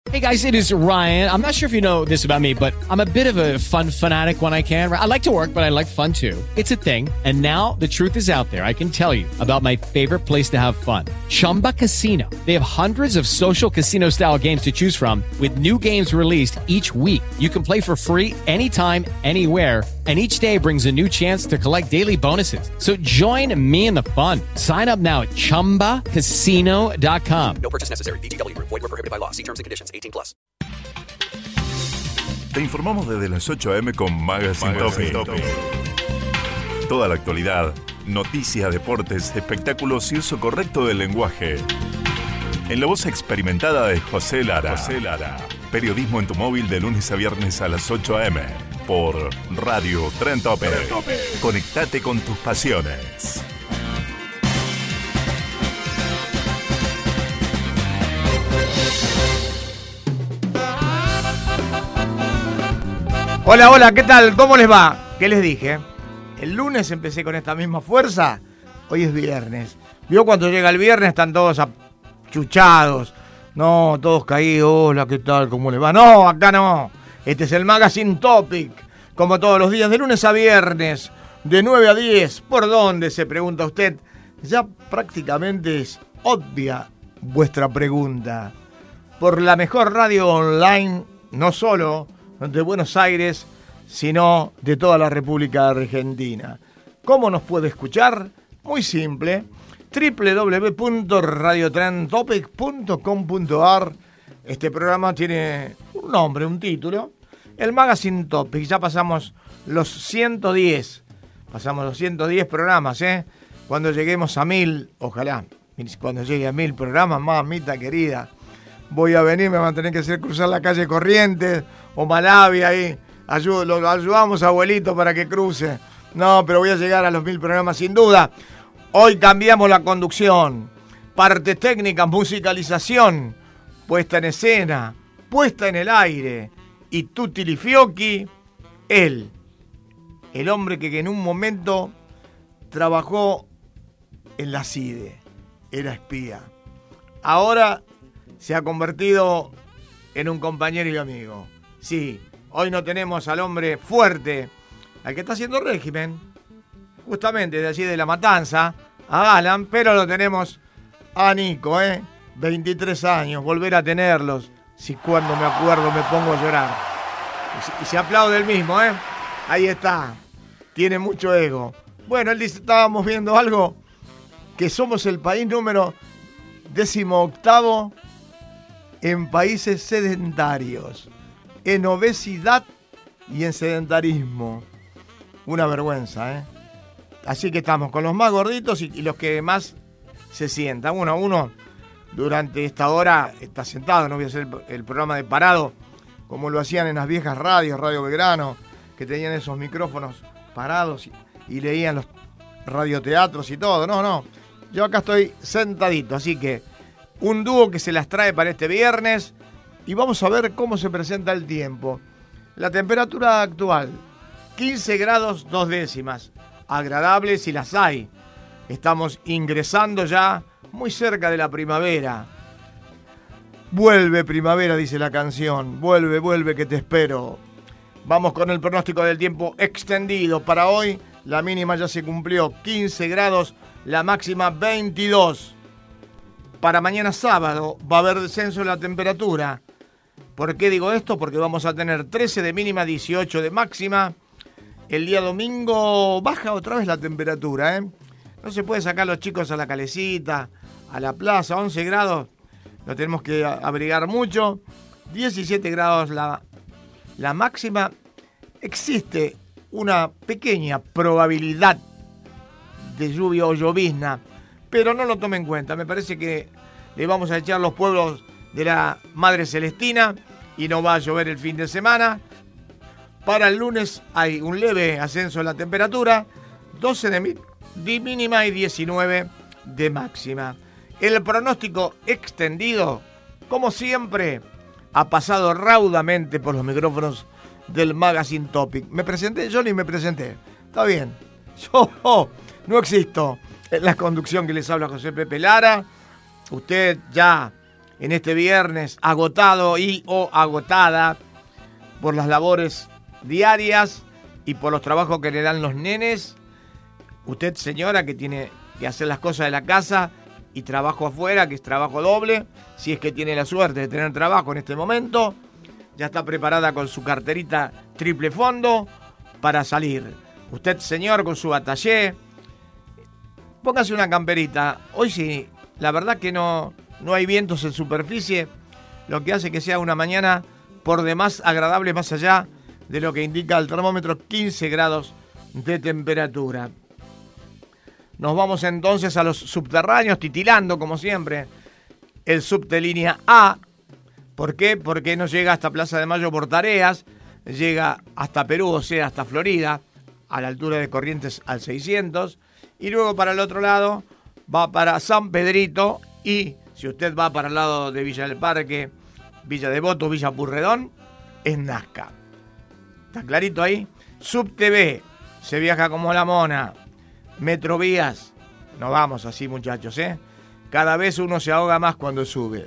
Hey guys, it is Ryan. I'm not sure if you know this about me, but I'm a bit of a fun fanatic when I can. I like to work, but I like fun too. It's a thing. And now the truth is out there. I can tell you about my favorite place to have fun. Chumba Casino. They have hundreds of social casino style games to choose from with new games released each week. You can play for free anytime, anywhere. And each day brings a new chance to collect daily bonuses. So join me in the fun. Sign up now at ChumbaCasino.com. No purchase necessary. VGW. Void where prohibited by law. See terms and conditions. 18+. Te informamos desde las 8 a.m. con Magazine Topic. Toda la actualidad, noticias, deportes, espectáculos y uso correcto del lenguaje. En la voz experimentada de José Lara. Periodismo en tu móvil de lunes a viernes a las 8 a.m. por Radio Tren Topic. Conectate con tus pasiones. Hola, ¿qué tal? ¿Cómo les va? ¿Qué les dije? El lunes empecé con esta misma fuerza, hoy es viernes. ¿Vio cuando llega el viernes están todos achuchados? No, todos caídos, hola, ¿qué tal? ¿Cómo les va? No, acá no. Este es el Magazine Topic, como todos los días, de lunes a viernes, de 9 a 10. ¿Por dónde? Se pregunta usted. Ya prácticamente es obvia vuestra pregunta. Por la mejor radio online, no solo de Buenos Aires, sino de toda la República Argentina. ¿Cómo nos puede escuchar? Muy simple, www.radiotrentopic.com.ar. Este programa tiene un nombre, un título, el Magazine Topic. Ya pasamos los 110, programas, Cuando lleguemos a 1000, ojalá, cuando llegue a 1000 programas, mamita querida, voy a venir, me van a tener que hacer cruzar la calle Corrientes o Malavia ahí. Lo ayudamos, abuelito, para que cruce. No, pero voy a llegar a los 1000 programas sin duda. Hoy cambiamos la conducción, parte técnica, musicalización, puesta en escena, puesta en el aire. Y Tutti li Fiocchi, el hombre que en un momento trabajó en la CIDE, era espía. Ahora se ha convertido en un compañero y amigo. Sí, hoy no tenemos al hombre fuerte, al que está haciendo régimen, justamente de allí de La Matanza, a Galán, pero lo tenemos a Nico, 23 años, volver a tenerlos. Si cuando me acuerdo me pongo a llorar. Y se aplaude el mismo, Ahí está, tiene mucho ego. Bueno, él dice, estábamos viendo algo, que somos el país número 18º en países sedentarios, en obesidad y en sedentarismo. Una vergüenza, Así que estamos con los más gorditos y los que más se sientan. Uno durante esta hora está sentado, no voy a hacer el programa de parado, como lo hacían en las viejas radios, Radio Belgrano, que tenían esos micrófonos parados y leían los radioteatros y todo. No, yo acá estoy sentadito, así que un dúo que se las trae para este viernes y vamos a ver cómo se presenta el tiempo. La temperatura actual, 15 grados 2 décimas, agradables si las hay. Estamos ingresando ya muy cerca de la primavera. Vuelve primavera, dice la canción, vuelve que te espero. Vamos con el pronóstico del tiempo extendido. Para hoy la mínima ya se cumplió, 15 grados, la máxima 22. Para mañana sábado va a haber descenso en la temperatura. ¿Por qué digo esto? Porque vamos a tener 13 de mínima, 18 de máxima. El día domingo baja otra vez la temperatura, No se puede sacar a los chicos a la calecita, a la plaza, 11 grados. Lo tenemos que abrigar mucho. 17 grados la máxima. Existe una pequeña probabilidad de lluvia o llovizna, pero no lo tome en cuenta. Me parece que le vamos a echar los pueblos de la Madre Celestina y no va a llover el fin de semana. Para el lunes hay un leve ascenso en la temperatura, 12 de mínima y 19 de máxima. El pronóstico extendido, como siempre, ha pasado raudamente por los micrófonos del Magazine Topic. ¿Me presenté? Yo ni me presenté. Está bien. Yo no existo en la conducción que les habla José Pepe Lara. Usted ya en este viernes agotado y o agotada por las labores diarias y por los trabajos que le dan los nenes. Usted, señora, que tiene que hacer las cosas de la casa y trabajo afuera, que es trabajo doble, si es que tiene la suerte de tener trabajo en este momento, ya está preparada con su carterita triple fondo para salir. Usted, señor, con su batallé, póngase una camperita. Hoy sí, la verdad que no hay vientos en superficie, lo que hace que sea una mañana por demás agradable, más allá de lo que indica el termómetro, 15 grados de temperatura. Nos vamos entonces a los subterráneos, titilando como siempre el subte línea A. ¿Por qué? Porque no llega hasta Plaza de Mayo por Tareas, llega hasta Perú, o sea, hasta Florida, a la altura de Corrientes al 600, y luego para el otro lado va para San Pedrito, y si usted va para el lado de Villa del Parque, Villa Devoto, Villa Purredón, es Nazca. ¿Está clarito ahí? Subte B, se viaja como la mona. Metrovías, no vamos así, muchachos, cada vez uno se ahoga más cuando sube.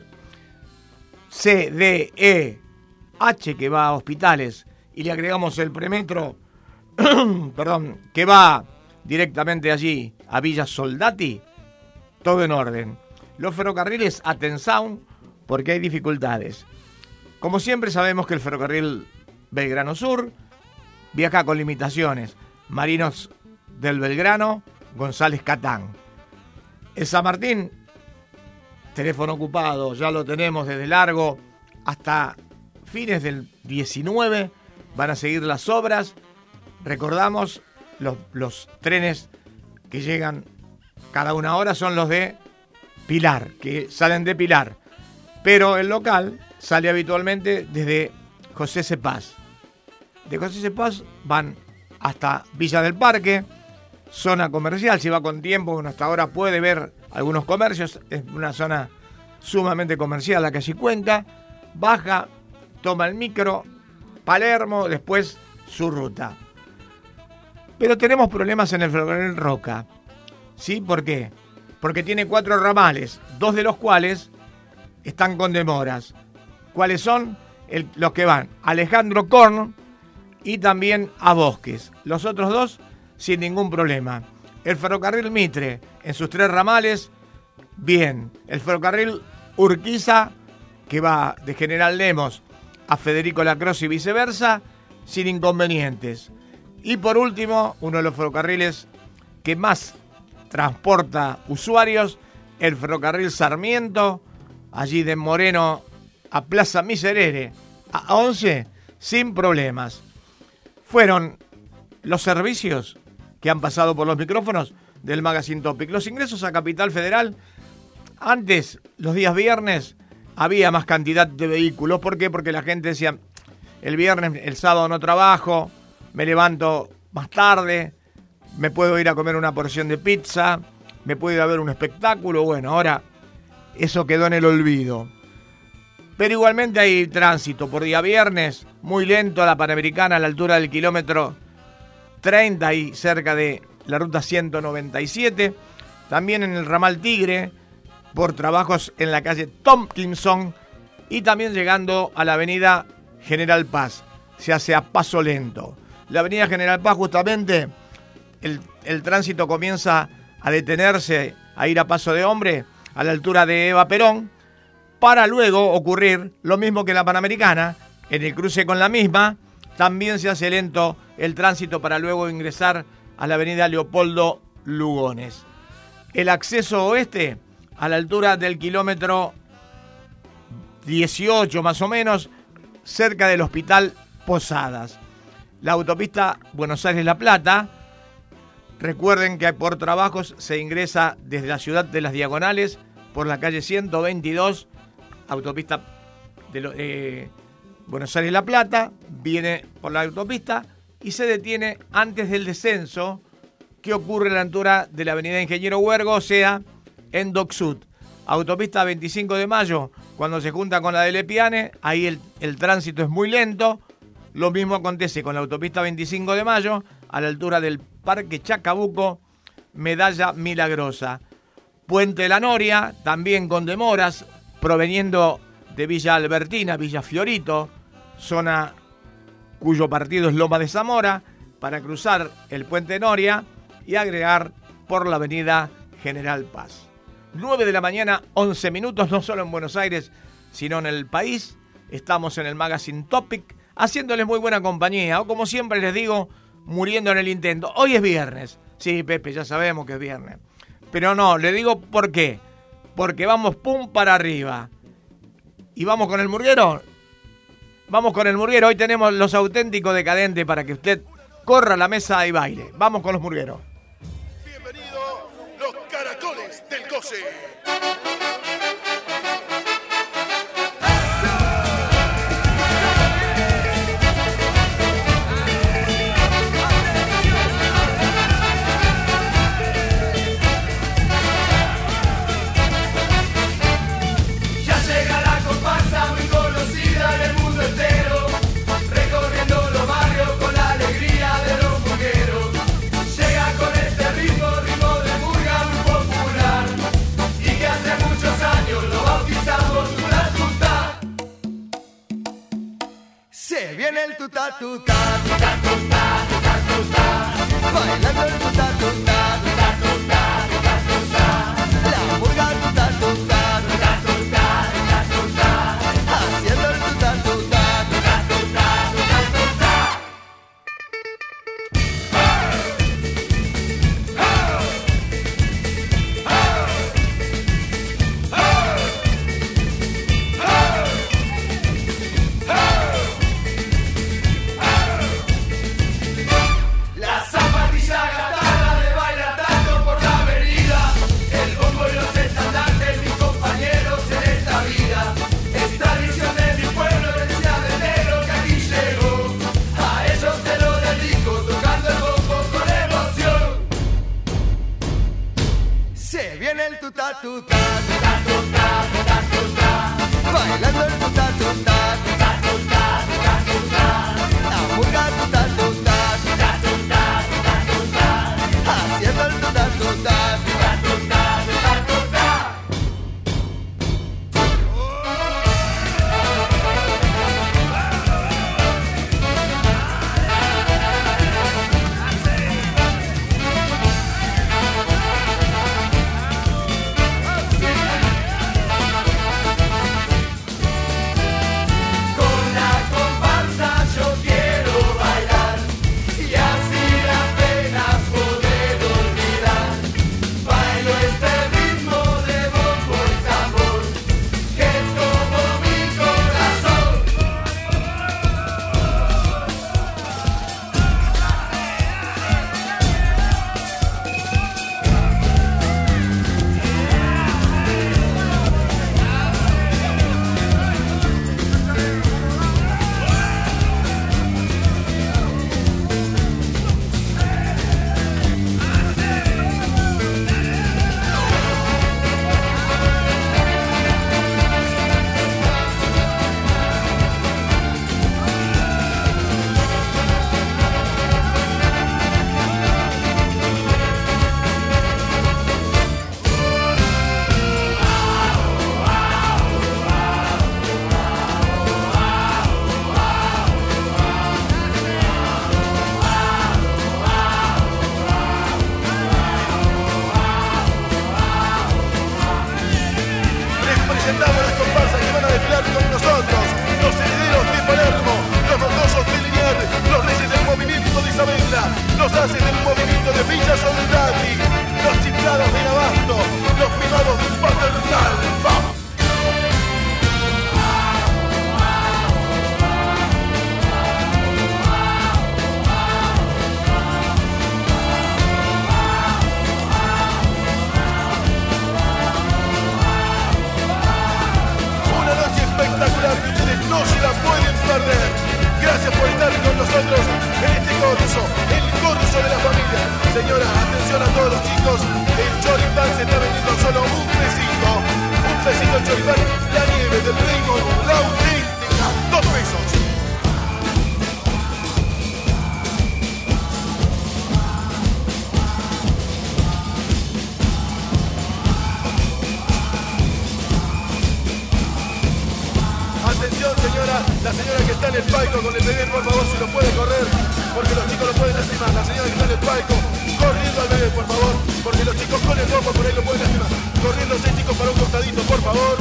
C, D, E, H, que va a hospitales, y le agregamos el premetro, perdón, que va directamente allí a Villa Soldati, todo en orden. Los ferrocarriles, atención, porque hay dificultades. Como siempre sabemos que el ferrocarril Belgrano Sur viaja con limitaciones. Marinos del Belgrano, González Catán. El San Martín, teléfono ocupado, ya lo tenemos desde largo hasta fines del 19, van a seguir las obras. Recordamos, los trenes que llegan cada una hora son los de Pilar, que salen de Pilar, pero el local sale habitualmente desde José Cepaz. De José Cepaz van hasta Villa del Parque, zona comercial. Si va con tiempo, bueno, hasta ahora puede ver algunos comercios, es una zona sumamente comercial la calle Cuenca. Baja, toma el micro, Palermo, después su ruta. Pero tenemos problemas en el ferrocarril Roca. ¿Sí? ¿Por qué? Porque tiene 4 ramales, 2 de los cuales están con demoras. ¿Cuáles son? Los que van a Alejandro Korn y también a Bosques. Los otros 2 sin ningún problema. El ferrocarril Mitre en sus 3 ramales, bien. El ferrocarril Urquiza, que va de General Lemos a Federico Lacroze y viceversa, sin inconvenientes. Y por último, uno de los ferrocarriles que más transporta usuarios, el ferrocarril Sarmiento, allí de Moreno a Plaza Miserere, a 11, sin problemas. Fueron los servicios que han pasado por los micrófonos del Magazine Topic. Los ingresos a Capital Federal, antes, los días viernes, había más cantidad de vehículos. ¿Por qué? Porque la gente decía, el viernes, el sábado no trabajo, me levanto más tarde, me puedo ir a comer una porción de pizza, me puedo ir a ver un espectáculo. Bueno, ahora eso quedó en el olvido. Pero igualmente hay tránsito por día viernes, muy lento a la Panamericana a la altura del kilómetro 30 y cerca de la ruta 197. También en el ramal Tigre, por trabajos en la calle Tompkinson, y también llegando a la avenida General Paz. Se hace a paso lento. La avenida General Paz, justamente, el tránsito comienza a detenerse, a ir a paso de hombre, a la altura de Eva Perón, para luego ocurrir lo mismo que en la Panamericana, en el cruce con la misma, también se hace lento el tránsito para luego ingresar a la avenida Leopoldo Lugones. El acceso oeste, a la altura del kilómetro 18 más o menos, cerca del Hospital Posadas. La autopista Buenos Aires-La Plata, recuerden que por trabajos se ingresa desde la ciudad de Las Diagonales por la calle 122, autopista de Buenos Aires-La Plata, viene por la autopista y se detiene antes del descenso que ocurre a la altura de la avenida Ingeniero Huergo, o sea, en Dock Sud. Autopista 25 de Mayo, cuando se junta con la de Lepiane, ahí el tránsito es muy lento. Lo mismo acontece con la autopista 25 de Mayo, a la altura del Parque Chacabuco, Medalla Milagrosa. Puente La Noria, también con demoras, proveniendo de Villa Albertina, Villa Fiorito, zona cuyo partido es Loma de Zamora, para cruzar el puente Noria y agregar por la avenida General Paz. 9 de la mañana, 11 minutos, no solo en Buenos Aires, sino en el país. Estamos en el Magazine Topic, haciéndoles muy buena compañía, o como siempre les digo, muriendo en el intento. Hoy es viernes. Sí, Pepe, ya sabemos que es viernes. Pero no, le digo por qué. Porque vamos pum para arriba. ¿Y vamos con el murguero? Vamos con el murguero. Hoy tenemos los auténticos decadentes para que usted corra a la mesa y baile. Vamos con los murgueros. Bienvenido, los caracoles del goce. Viene el tuta tuta, tuta tuta, tuta tuta, bailando el tuta tuta, tuta tuta, tuta tuta, la murga tuta tuta, tuta tuta, tuta tuta, haciendo el tuta tuta, tuta tuta, tuta tuta. Tuta tuta, tuta tuta, tuta tuta, bailando el tuta tuta, tuta tuta, tuta tuta, la murga tuta tuta, tuta tuta, tuta tuta, haciendo el tuta tuta, tuta tuta, tuta tuta. señora que está en el palco con el bebé, por favor, si lo puede correr, porque los chicos lo pueden lastimar. La señora que está en el palco, corriendo al bebé, por favor, porque los chicos con el bombo por ahí lo pueden lastimar. Corriendo 6 chicos para un costadito, por favor.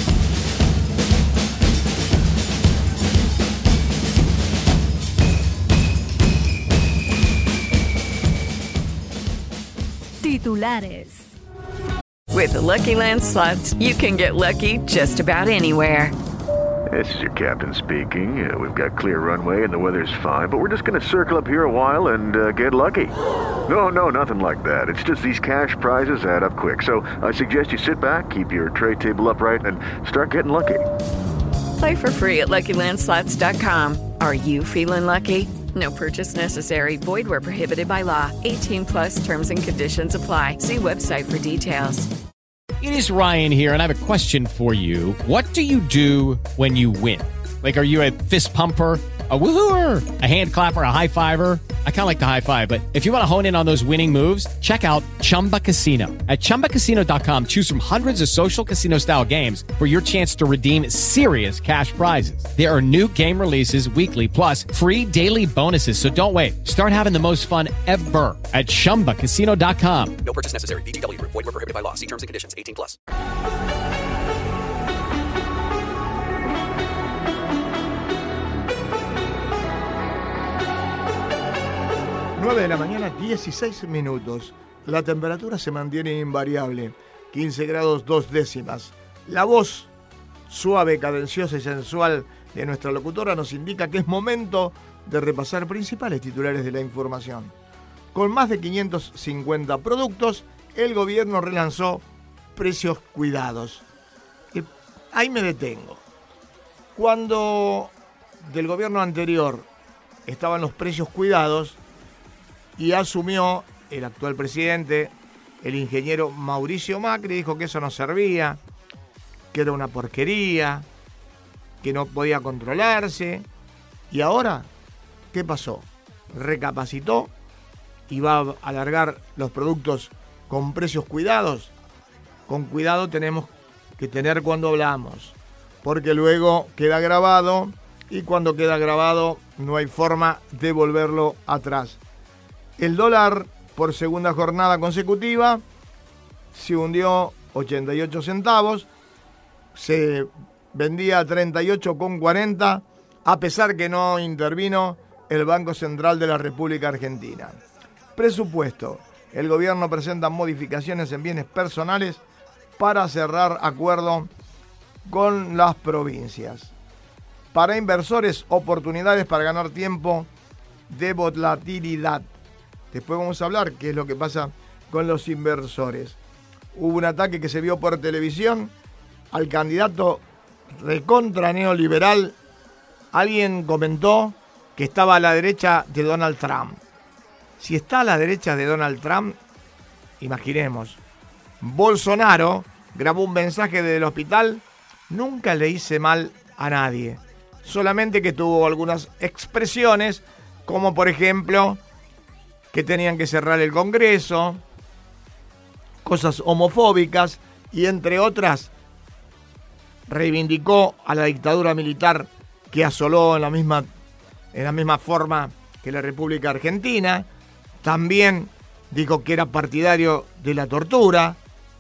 Titulares. With the Lucky Land Slots, you can get lucky just about anywhere. This is your captain speaking. We've got clear runway and the weather's fine, but we're just going to circle up here a while and get lucky. No, nothing like that. It's just these cash prizes add up quick. So I suggest you sit back, keep your tray table upright, and start getting lucky. Play for free at LuckyLandSlots.com. Are you feeling lucky? No purchase necessary. Void where prohibited by law. 18 plus terms and conditions apply. See website for details. It is Ryan here, and I have a question for you. What do you do when you win? Like, are you a fist pumper, a woohooer, a hand clapper, a high fiver? I kind of like the high five, but if you want to hone in on those winning moves, check out Chumba Casino. At ChumbaCasino.com, choose from hundreds of social casino-style games for your chance to redeem serious cash prizes. There are new game releases weekly, plus free daily bonuses. So don't wait. Start having the most fun ever at ChumbaCasino.com. No purchase necessary. VGW Group. Void where prohibited by law. See terms and conditions. 18 plus. Nueve de la mañana, 16 minutos. La temperatura se mantiene invariable, 15 grados 2 décimas. La voz suave, cadenciosa y sensual de nuestra locutora nos indica que es momento de repasar principales titulares de la información. Con más de 550 productos, el gobierno relanzó precios cuidados. Ahí me detengo. Cuando del gobierno anterior estaban los precios cuidados, y asumió el actual presidente, el ingeniero Mauricio Macri, dijo que eso no servía, que era una porquería, que no podía controlarse. Y ahora, ¿qué pasó? Recapacitó y va a alargar los productos con precios cuidados. Con cuidado tenemos que tener cuando hablamos, porque luego queda grabado y cuando queda grabado no hay forma de volverlo atrás. El dólar por segunda jornada consecutiva se hundió 88 centavos, se vendía a 38,40 a pesar que no intervino el Banco Central de la República Argentina. Presupuesto. El gobierno presenta modificaciones en bienes personales para cerrar acuerdo con las provincias. Para inversores, oportunidades para ganar tiempo de volatilidad. Después vamos a hablar qué es lo que pasa con los inversores. Hubo un ataque que se vio por televisión al candidato recontra neoliberal. Alguien comentó que estaba a la derecha de Donald Trump. Si está a la derecha de Donald Trump, imaginemos. Bolsonaro grabó un mensaje desde el hospital. Nunca le hice mal a nadie. Solamente que tuvo algunas expresiones, como por ejemplo que tenían que cerrar el Congreso, cosas homofóbicas y entre otras reivindicó a la dictadura militar que asoló en la misma forma que la República Argentina. También dijo que era partidario de la tortura.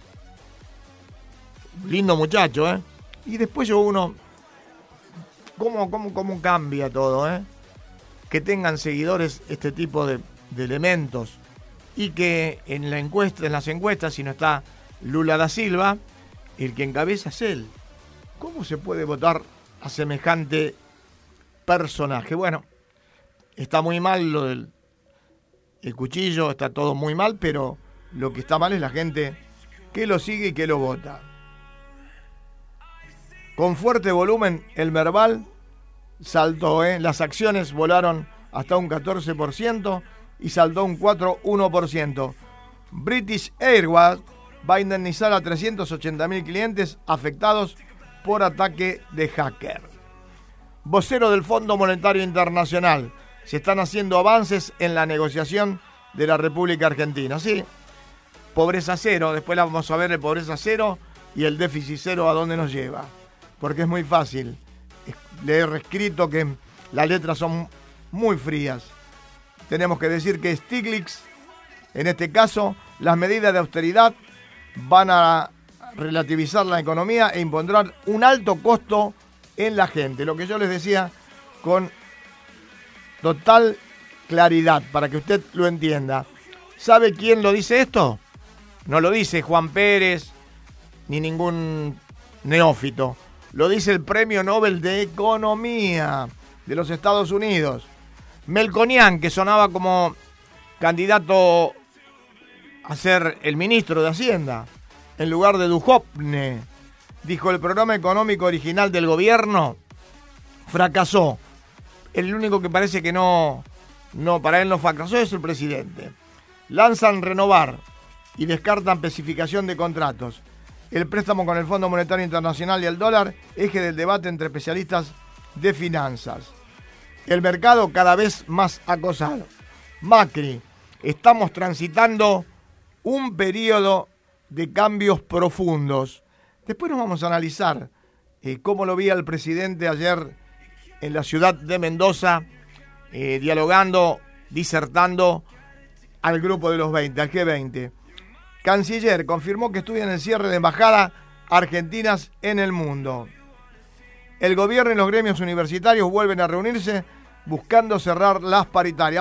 Lindo muchacho, ¿eh? Y después uno, ¿cómo cambia todo, eh? Que tengan seguidores este tipo de elementos y que en las encuestas, si no está Lula da Silva, el que encabeza es él. ¿Cómo se puede votar a semejante personaje? Bueno, está muy mal lo del el cuchillo, está todo muy mal, pero lo que está mal es la gente que lo sigue y que lo vota. Con fuerte volumen, el Merval saltó, las acciones volaron hasta un 14% y saltó un 4,1%. British Airways va a indemnizar a 380.000 clientes afectados por ataque de hacker. Vocero del Fondo Monetario Internacional: se están haciendo avances en la negociación de la República Argentina. Sí, pobreza cero, después la vamos a ver, el pobreza cero y el déficit cero a dónde nos lleva. Porque es muy fácil le he reescrito que las letras son muy frías. Tenemos que decir que Stiglitz, en este caso, las medidas de austeridad van a relativizar la economía e impondrán un alto costo en la gente. Lo que yo les decía con total claridad, para que usted lo entienda. ¿Sabe quién lo dice esto? No lo dice Juan Pérez ni ningún neófito. Lo dice el Premio Nobel de Economía de los Estados Unidos. Melconian, que sonaba como candidato a ser el ministro de Hacienda, en lugar de Duhovne, dijo: el programa económico original del gobierno fracasó. El único que parece que no, para él no fracasó es el presidente. Lanzan renovar y descartan especificación de contratos. El préstamo con el Fondo Monetario Internacional y el dólar, eje del debate entre especialistas de finanzas. El mercado cada vez más acosado. Macri: estamos transitando un periodo de cambios profundos. Después nos vamos a analizar cómo lo vi al presidente ayer en la ciudad de Mendoza, dialogando, disertando al grupo de los 20, al G20. Canciller confirmó que estudian el cierre de embajadas argentinas en el mundo. El gobierno y los gremios universitarios vuelven a reunirse buscando cerrar las paritarias.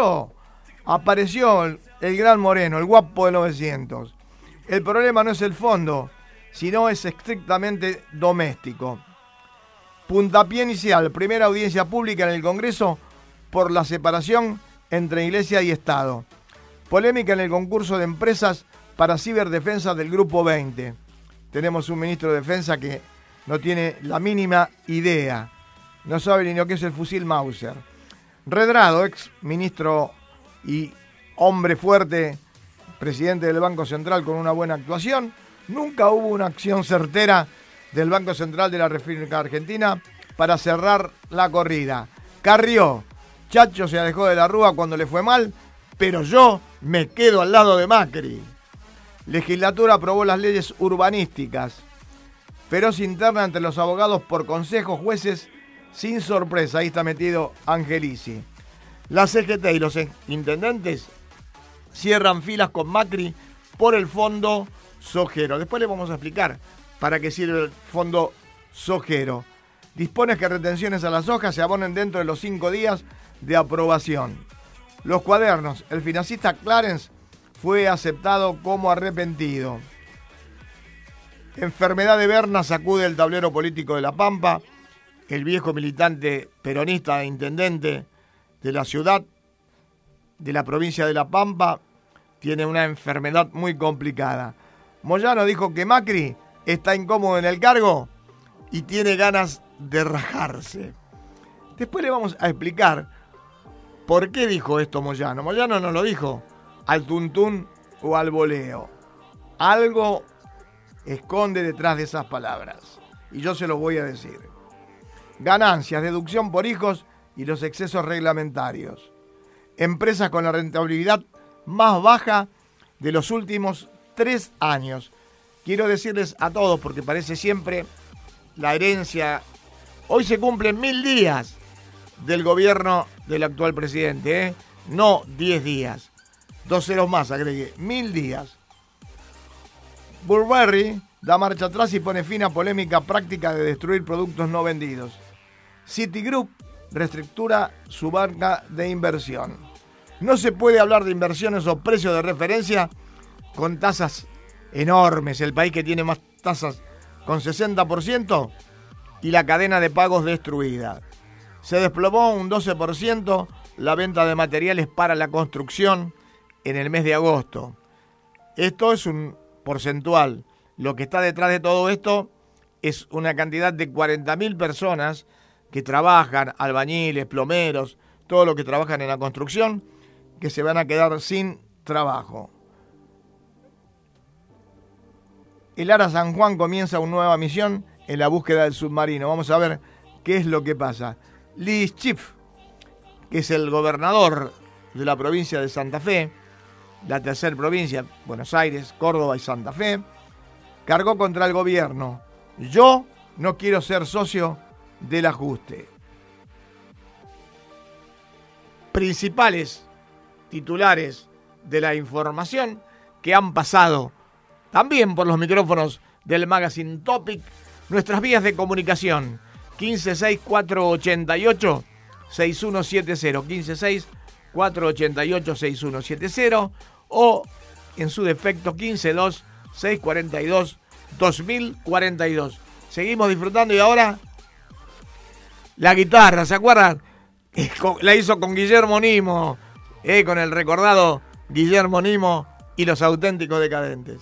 Apareció el gran Moreno, el guapo de 900. El problema no es el fondo, sino es estrictamente doméstico. Puntapié inicial, primera audiencia pública en el Congreso por la separación entre Iglesia y Estado. Polémica en el concurso de empresas para ciberdefensa del Grupo 20. Tenemos un ministro de Defensa que no tiene la mínima idea. No sabe ni lo que es el fusil Mauser. Redrado, ex ministro y hombre fuerte, presidente del Banco Central con una buena actuación. Nunca hubo una acción certera del Banco Central de la República Argentina para cerrar la corrida. Carrió, Chacho se alejó de la Rúa cuando le fue mal, pero yo me quedo al lado de Macri. Legislatura aprobó las leyes urbanísticas. Feroz interna entre los abogados por consejos, jueces, sin sorpresa. Ahí está metido Angelici. La CGT y los intendentes cierran filas con Macri por el fondo sojero. Después le vamos a explicar para qué sirve el fondo sojero. Dispone que retenciones a las hojas se abonen dentro de los 5 días de aprobación. Los cuadernos. El financista Clarence fue aceptado como arrepentido. Enfermedad de Berna sacude el tablero político de La Pampa. El viejo militante peronista e intendente de la ciudad, de la provincia de La Pampa, tiene una enfermedad muy complicada. Moyano dijo que Macri está incómodo en el cargo y tiene ganas de rajarse. Después le vamos a explicar por qué dijo esto Moyano. Moyano no lo dijo al tuntún o al voleo. Algo esconde detrás de esas palabras. Y yo se lo voy a decir. Ganancias, deducción por hijos y los excesos reglamentarios. Empresas con la rentabilidad más baja de los últimos 3 años. Quiero decirles a todos, porque parece siempre la herencia. Hoy se cumplen 1000 días del gobierno del actual presidente, no 10 días. 2 ceros más, agregué. 1000 días. Burberry da marcha atrás y pone fin a polémica práctica de destruir productos no vendidos. Citigroup reestructura su banca de inversión. No se puede hablar de inversiones o precios de referencia con tasas enormes. El país que tiene más tasas con 60% y la cadena de pagos destruida. Se desplomó un 12% la venta de materiales para la construcción en el mes de agosto. Esto es un porcentual. Lo que está detrás de todo esto es una cantidad de 40.000 personas que trabajan, albañiles, plomeros, todos los que trabajan en la construcción, que se van a quedar sin trabajo. El Ara San Juan comienza una nueva misión en la búsqueda del submarino. Vamos a ver qué es lo que pasa. Lee Schiff, que es el gobernador de la provincia de Santa Fe, la tercera provincia, Buenos Aires, Córdoba y Santa Fe, cargó contra el gobierno. Yo no quiero ser socio del ajuste. Principales titulares de la información que han pasado también por los micrófonos del Magazine Topic. Nuestras vías de comunicación: 156-488-6170, 156-488-6170, o en su defecto 152-642-2042. Seguimos disfrutando y ahora la guitarra, ¿se acuerdan? La hizo con Guillermo Nimo, con el recordado Guillermo Nimo y los Auténticos Decadentes.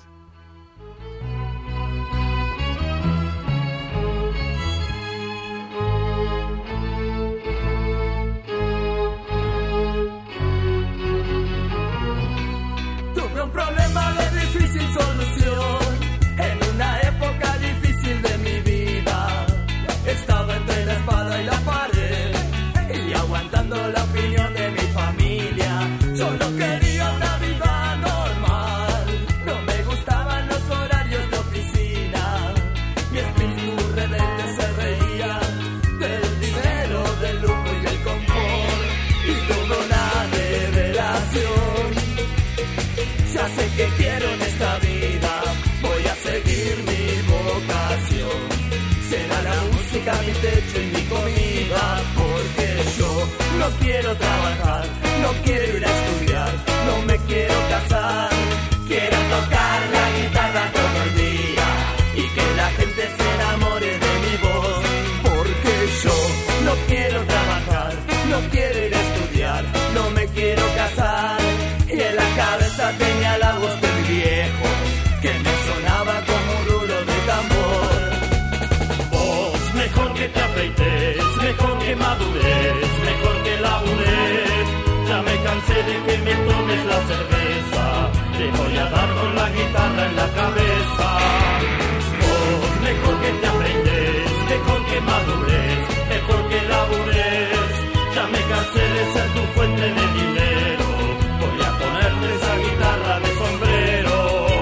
Tuve un problema de difícil solución en una época difícil de mi vida. Estaba entre la espada y la pared y aguantando la opinión de mi familia. Yo no quería una vida normal, no me gustaban los horarios de oficina. Mi espíritu rebelde se reía del dinero, del lujo y del confort, y tuve una revelación. Ya sé que quiero en esta vida, voy a seguir mi vocación. Será la música mi techo y mi comida, porque yo no quiero trabajar, no quiero ir a estudiar, no me quiero casar. Quiero tocar la guitarra todo el día y que la gente se enamore de mi voz, porque yo no quiero trabajar, no quiero ir a estudiar, no me quiero casar. Y en la cabeza tenía la voz de mi viejo, que me sonaba como un rulo de tambor. Vos, mejor que te afeites, mejor que madures, mejor que labures. Ya me cansé de que me tomes la cerveza, te voy a dar con la guitarra en la cabeza. Vos, mejor que te afeites, mejor que madures, mejor que labures. Ya me cansé de ser tu fuente de dinero, voy a ponerte esa guitarra de sombrero.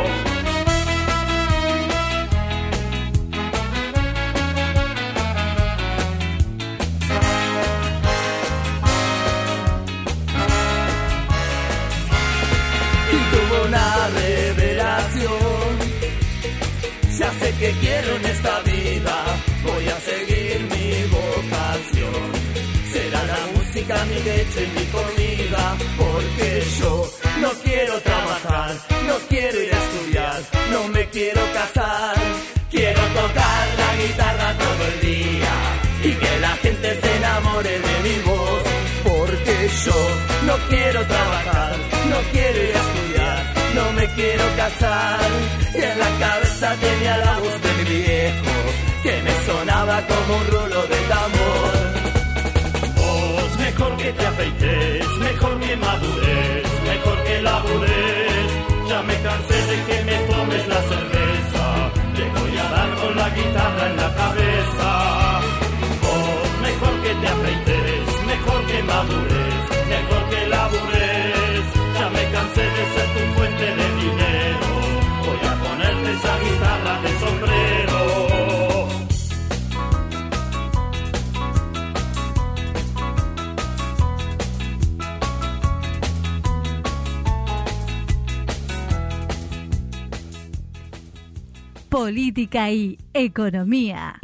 Y tuvo una revelación. Ya sé que quiero en esta vida, voy a seguir mi vocación. Será la música mi leche y mi comida, porque yo no quiero trabajar, no quiero ir a estudiar, no me quiero casar. Quiero tocar la guitarra todo el día y que la gente se enamore de mi voz, porque yo no quiero trabajar, no quiero ir a estudiar, no me quiero casar. Y en la cabeza tenía la voz de mi viejo, que me sonaba como un rulo de tambor. Mejor que te afeites, mejor que madures, mejor que labures. Ya me cansé de que me tomes la cerveza, te voy a dar con la guitarra en la cabeza. Vos, mejor que te afeites, mejor que madures, mejor que labures. Ya me cansé de ser tu fuente de dinero, voy a ponerte esa guitarra de sombrero. Política y economía.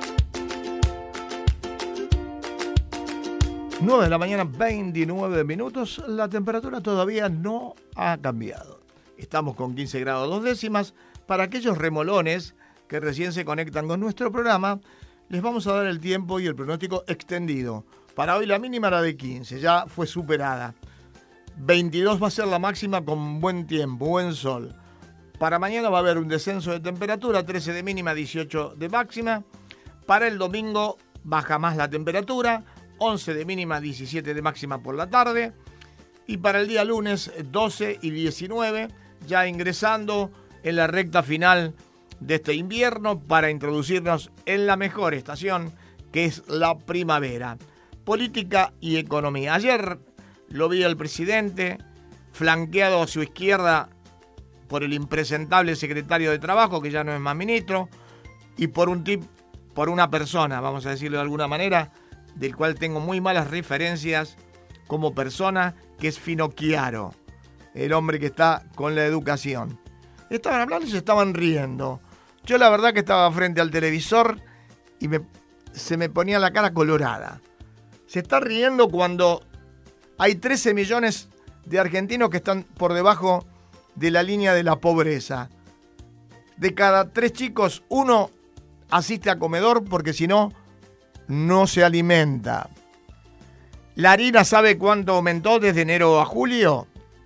9 de la mañana, 29 minutos. La temperatura todavía no ha cambiado. Estamos con 15 grados 2 décimas. Para aquellos remolones que recién se conectan con nuestro programa, les vamos a dar el tiempo y el pronóstico extendido. Para hoy la mínima era de 15, ya fue superada. 22 va a ser la máxima con buen tiempo, buen sol. Para mañana va a haber un descenso de temperatura, 13 de mínima, 18 de máxima. Para el domingo baja más la temperatura, 11 de mínima, 17 de máxima por la tarde. Y para el día lunes, 12 y 19, ya ingresando en la recta final de este invierno para introducirnos en la mejor estación, que es la primavera. Política y economía. Ayer lo vi al presidente, flanqueado a su izquierda por el impresentable secretario de Trabajo, que ya no es más ministro, y por un por una persona, vamos a decirlo de alguna manera, del cual tengo muy malas referencias como persona, que es Finocchiaro, el hombre que está con la educación. Estaban hablando y se estaban riendo. Yo la verdad que estaba frente al televisor y se me ponía la cara colorada. Se está riendo cuando hay 13 millones de argentinos que están por debajo de la línea de la pobreza. De cada 3 chicos, 1 asiste a comedor porque si no, no se alimenta. La harina, ¿sabe cuánto aumentó desde enero a julio?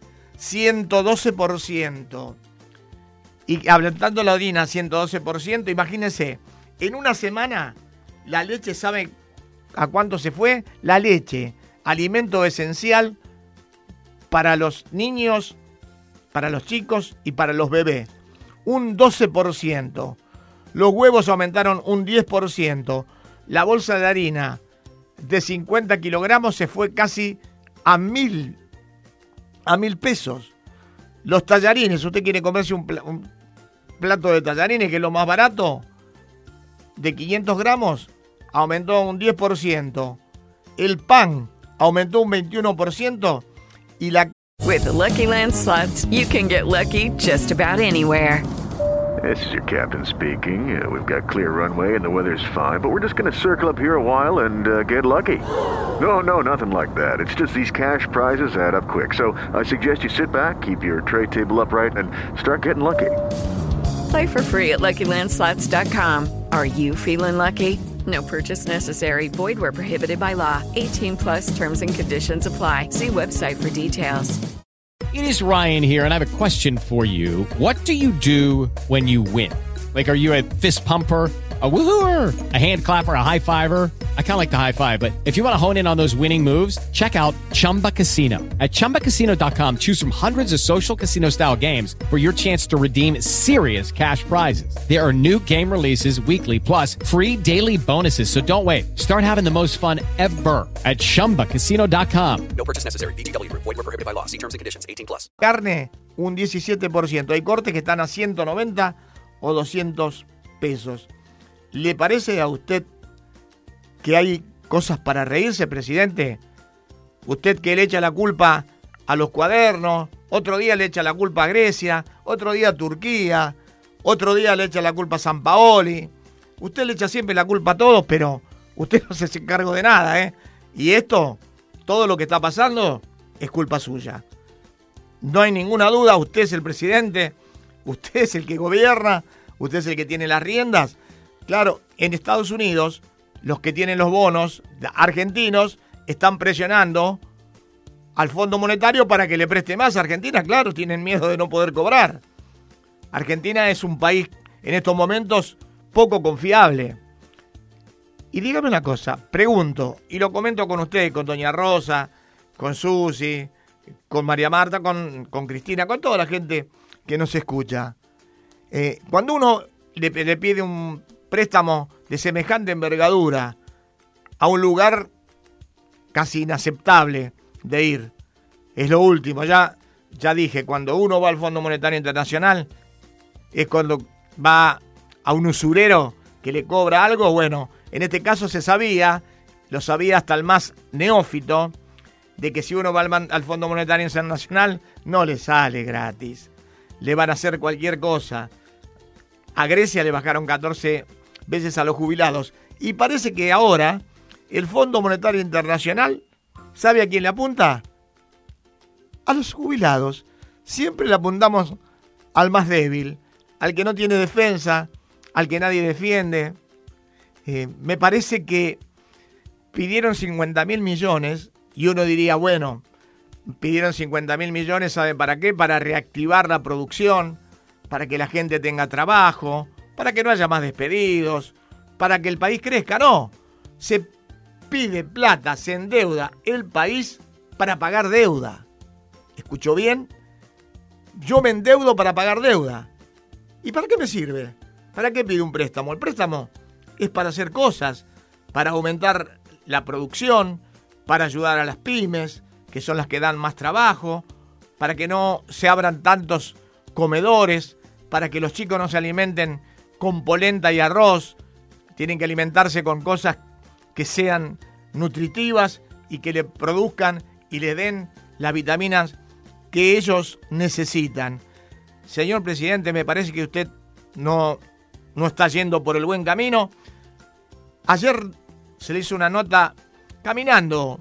112%. Y hablando la harina, 112%, imagínense, en una semana la leche, ¿sabe a cuánto se fue? La leche, alimento esencial para los niños, para los chicos y para los bebés. Un 12%. Los huevos aumentaron un 10%. La bolsa de harina de 50 kilogramos se fue casi a 1.000 pesos. Los tallarines, usted quiere comerse un plato de tallarines, que es lo más barato, de 500 gramos, aumentó un 10%. El pan aumentó un 21%. Y la... With the Lucky Land Slots, you can get lucky just about anywhere. This is your captain speaking. We've got clear runway and the weather's fine, but we're just going to circle up here a while and get lucky. No, nothing like that. It's just these cash prizes add up quick. So I suggest you sit back, keep your tray table upright, and start getting lucky. Play for free at LuckyLandSlots.com. Are you feeling lucky? No purchase necessary. Void where prohibited by law. 18 plus terms and conditions apply. See website for details. It is Ryan here, and I have a question for you. What do you do when you win? Like, are you a fist pumper, a woohooer, a hand clapper, a high fiver? I kind of like the high five, but if you want to hone in on those winning moves, check out Chumba Casino. At ChumbaCasino.com, choose from hundreds of social casino-style games for your chance to redeem serious cash prizes. There are new game releases weekly, plus free daily bonuses, so don't wait. Start having the most fun ever at ChumbaCasino.com. No purchase necessary. VGW Group. Void where prohibited by law. See terms and conditions. 18 plus. Carne, un 17%. Hay cortes que están a 190 o 200 pesos. ¿Le parece a usted que hay cosas para reírse, presidente? Usted que le echa la culpa a los cuadernos, otro día le echa la culpa a Grecia, otro día a Turquía, otro día le echa la culpa a Sampaoli. Usted le echa siempre la culpa a todos, pero usted no se hace cargo de nada, ¿eh? Y esto, todo lo que está pasando, es culpa suya. No hay ninguna duda, usted es el presidente, usted es el que gobierna, usted es el que tiene las riendas. Claro, en Estados Unidos, los que tienen los bonos argentinos están presionando al Fondo Monetario para que le preste más a Argentina. Claro, tienen miedo de no poder cobrar. Argentina es un país en estos momentos poco confiable. Y dígame una cosa, pregunto, y lo comento con usted, con doña Rosa, con Susi, con María Marta, con Cristina, con toda la gente que nos escucha. Cuando uno le pide un préstamo de semejante envergadura a un lugar casi inaceptable de ir, es lo último. Ya dije, cuando uno va al Fondo Monetario Internacional es cuando va a un usurero que le cobra algo. Bueno, en este caso lo sabía hasta el más neófito, de que si uno va al Fondo Monetario Internacional no le sale gratis, le van a hacer cualquier cosa. A Grecia le bajaron 14 veces a los jubilados. Y parece que ahora el Fondo Monetario Internacional, ¿sabe a quién le apunta? A los jubilados. Siempre le apuntamos al más débil, al que no tiene defensa, al que nadie defiende. Me parece que pidieron 50.000 millones y uno diría, bueno, pidieron 50.000 millones, ¿saben para qué? Para reactivar la producción, para que la gente tenga trabajo, para que no haya más despedidos, para que el país crezca. No, se pide plata, se endeuda el país para pagar deuda. ¿Escuchó bien? Yo me endeudo para pagar deuda. ¿Y para qué me sirve? ¿Para qué pido un préstamo? El préstamo es para hacer cosas, para aumentar la producción, para ayudar a las pymes, que son las que dan más trabajo, para que no se abran tantos comedores, para que los chicos no se alimenten con polenta y arroz, tienen que alimentarse con cosas que sean nutritivas y que le produzcan y le den las vitaminas que ellos necesitan. Señor presidente, me parece que usted no está yendo por el buen camino. Ayer se le hizo una nota caminando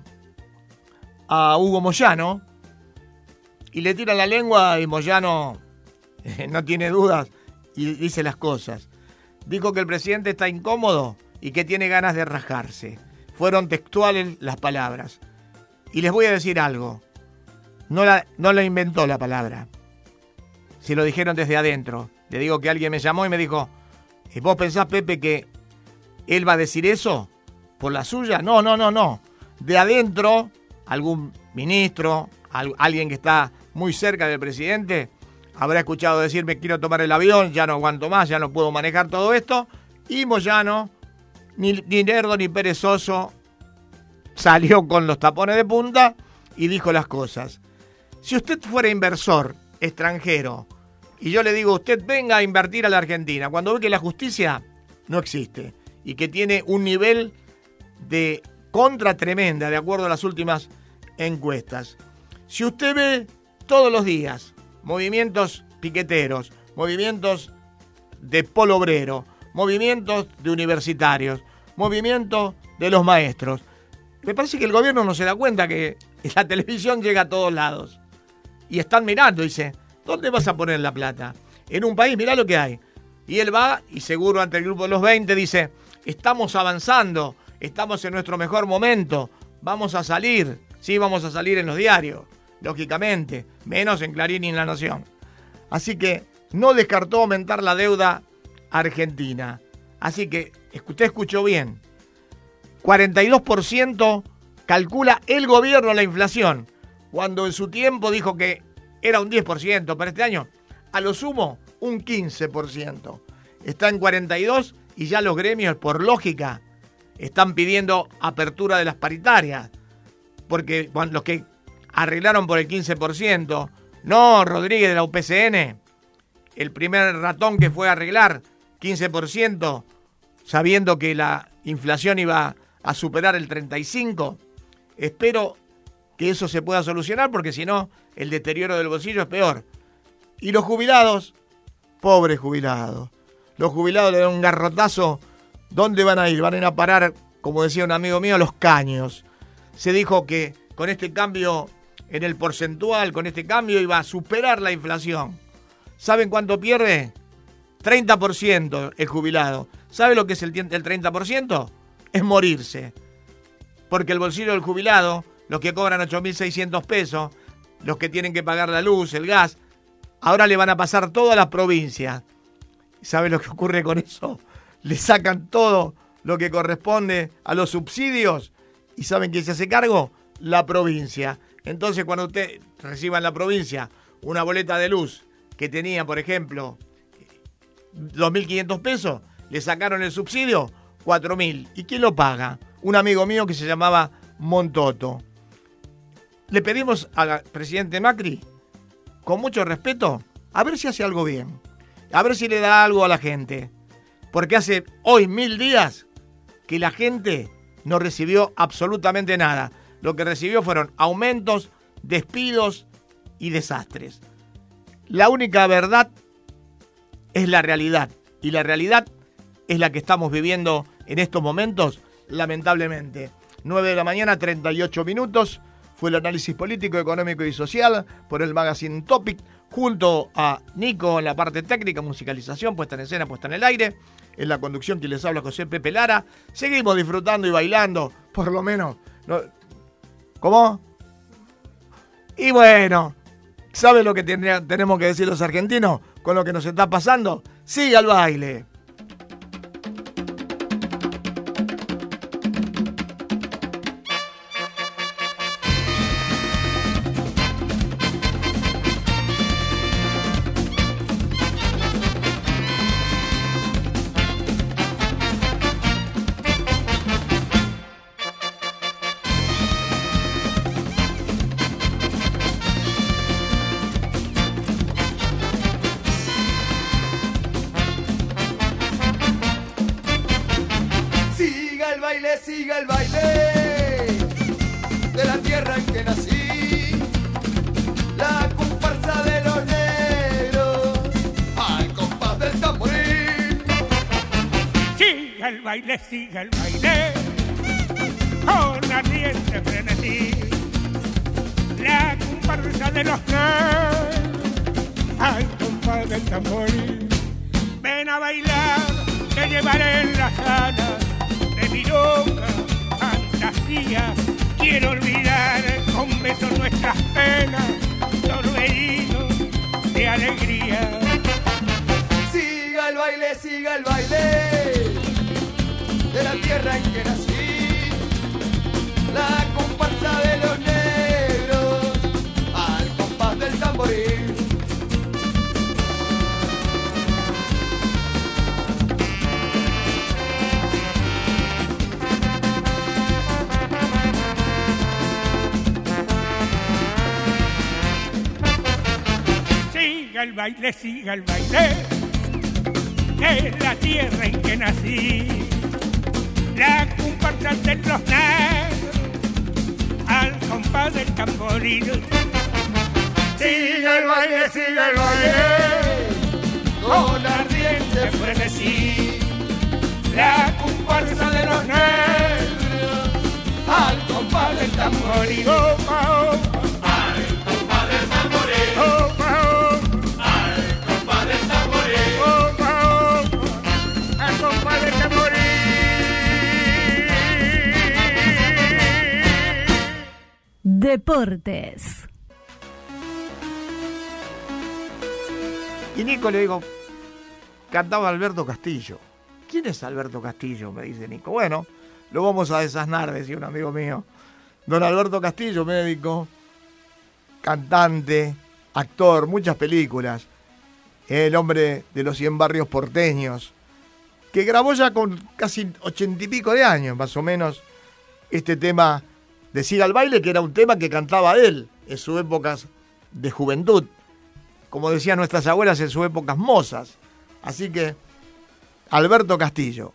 a Hugo Moyano y le tira la lengua y Moyano no tiene dudas y dice las cosas. Dijo que el presidente está incómodo y que tiene ganas de rajarse. Fueron textuales las palabras. Y les voy a decir algo. No la inventó la palabra. Se lo dijeron desde adentro. Le digo que alguien me llamó y me dijo, ¿vos pensás, Pepe, que él va a decir eso por la suya? No. De adentro, algún ministro, alguien que está muy cerca del presidente, habrá escuchado decirme, quiero tomar el avión, ya no aguanto más, ya no puedo manejar todo esto. Y Moyano, ni lerdo ni perezoso, salió con los tapones de punta y dijo las cosas. Si usted fuera inversor extranjero y yo le digo, usted venga a invertir a la Argentina, cuando ve que la justicia no existe y que tiene un nivel de contra tremenda, de acuerdo a las últimas encuestas. Si usted ve todos los días movimientos piqueteros, movimientos de polo obrero, movimientos de universitarios, movimientos de los maestros, me parece que el gobierno no se da cuenta que la televisión llega a todos lados. Y están mirando, dice, ¿dónde vas a poner la plata? En un país, mirá lo que hay. Y él va, y seguro ante el grupo de los 20, dice, estamos avanzando, estamos en nuestro mejor momento, vamos a salir. Sí, vamos a salir en los diarios, lógicamente, menos en Clarín y en La Nación. Así que no descartó aumentar la deuda argentina. Así que, usted escuchó bien, 42% calcula el gobierno la inflación, cuando en su tiempo dijo que era un 10%, para este año, a lo sumo, un 15%. Está en 42% y ya los gremios, por lógica, están pidiendo apertura de las paritarias, porque los que arreglaron por el 15%, no Rodríguez de la UPCN, el primer ratón que fue a arreglar 15%, sabiendo que la inflación iba a superar el 35%, espero que eso se pueda solucionar, porque si no, el deterioro del bolsillo es peor. Y los jubilados, pobres jubilados, los jubilados le dan un garrotazo. ¿Dónde van a ir? Van a ir a parar, como decía un amigo mío, los caños. Se dijo que con este cambio en el porcentual, con este cambio iba a superar la inflación. ¿Saben cuánto pierde? 30% el jubilado. ¿Sabe lo que es el 30%? Es morirse. Porque el bolsillo del jubilado, los que cobran 8.600 pesos, los que tienen que pagar la luz, el gas, ahora le van a pasar todo a las provincias. ¿Sabe lo que ocurre con eso? Le sacan todo lo que corresponde a los subsidios. ¿Y saben quién se hace cargo? La provincia. Entonces, cuando usted reciba en la provincia una boleta de luz que tenía, por ejemplo, 2.500 pesos, le sacaron el subsidio, 4.000. ¿Y quién lo paga? Un amigo mío que se llamaba Montoto. Le pedimos al presidente Macri, con mucho respeto, a ver si hace algo bien. A ver si le da algo a la gente. Porque hace hoy 1000 días que la gente no recibió absolutamente nada. Lo que recibió fueron aumentos, despidos y desastres. La única verdad es la realidad. Y la realidad es la que estamos viviendo en estos momentos, lamentablemente. 9 de la mañana, 38 minutos. Fue el análisis político, económico y social por el Magazine Topic, junto a Nico en la parte técnica, musicalización, puesta en escena, puesta en el aire. En la conducción que les habla José Pepe Lara. Seguimos disfrutando y bailando, por lo menos. ¿Cómo? Y bueno, ¿sabe lo que tenemos que decir los argentinos con lo que nos está pasando? Siga el baile. baile, siga el baile, con ardiente frenesí. La comparsa de los negros, al compás del tamboril. Ven a bailar, te llevaré en las alas de mi loca fantasía. Quiero olvidar con besos nuestras penas, torbellino de alegría. Siga el baile de la tierra en que nací, la comparsa de los negros al compás del tamboril. Siga el baile de la tierra en que nací, la comparsa de los negros al compás del tamboril. Siga el baile, con ardiente frenesí, la comparsa de los negros al compás del tamboril. Opa, opa. Al compás del tamboril. Opa, opa. Al compás del tamboril. Opa, opa. Al compás del tamboril. Deportes. Y Nico le digo, cantaba Alberto Castillo. ¿Quién es Alberto Castillo?, me dice Nico. Bueno, lo vamos a desasnar, decía un amigo mío. Don Alberto Castillo, médico, cantante, actor, muchas películas. El hombre de los 100 barrios porteños, que grabó ya con casi 80 y pico de años, más o menos, este tema de Siga el baile, que era un tema que cantaba él en sus épocas de juventud. Como decían nuestras abuelas, en sus épocas mozas. Así que, Alberto Castillo,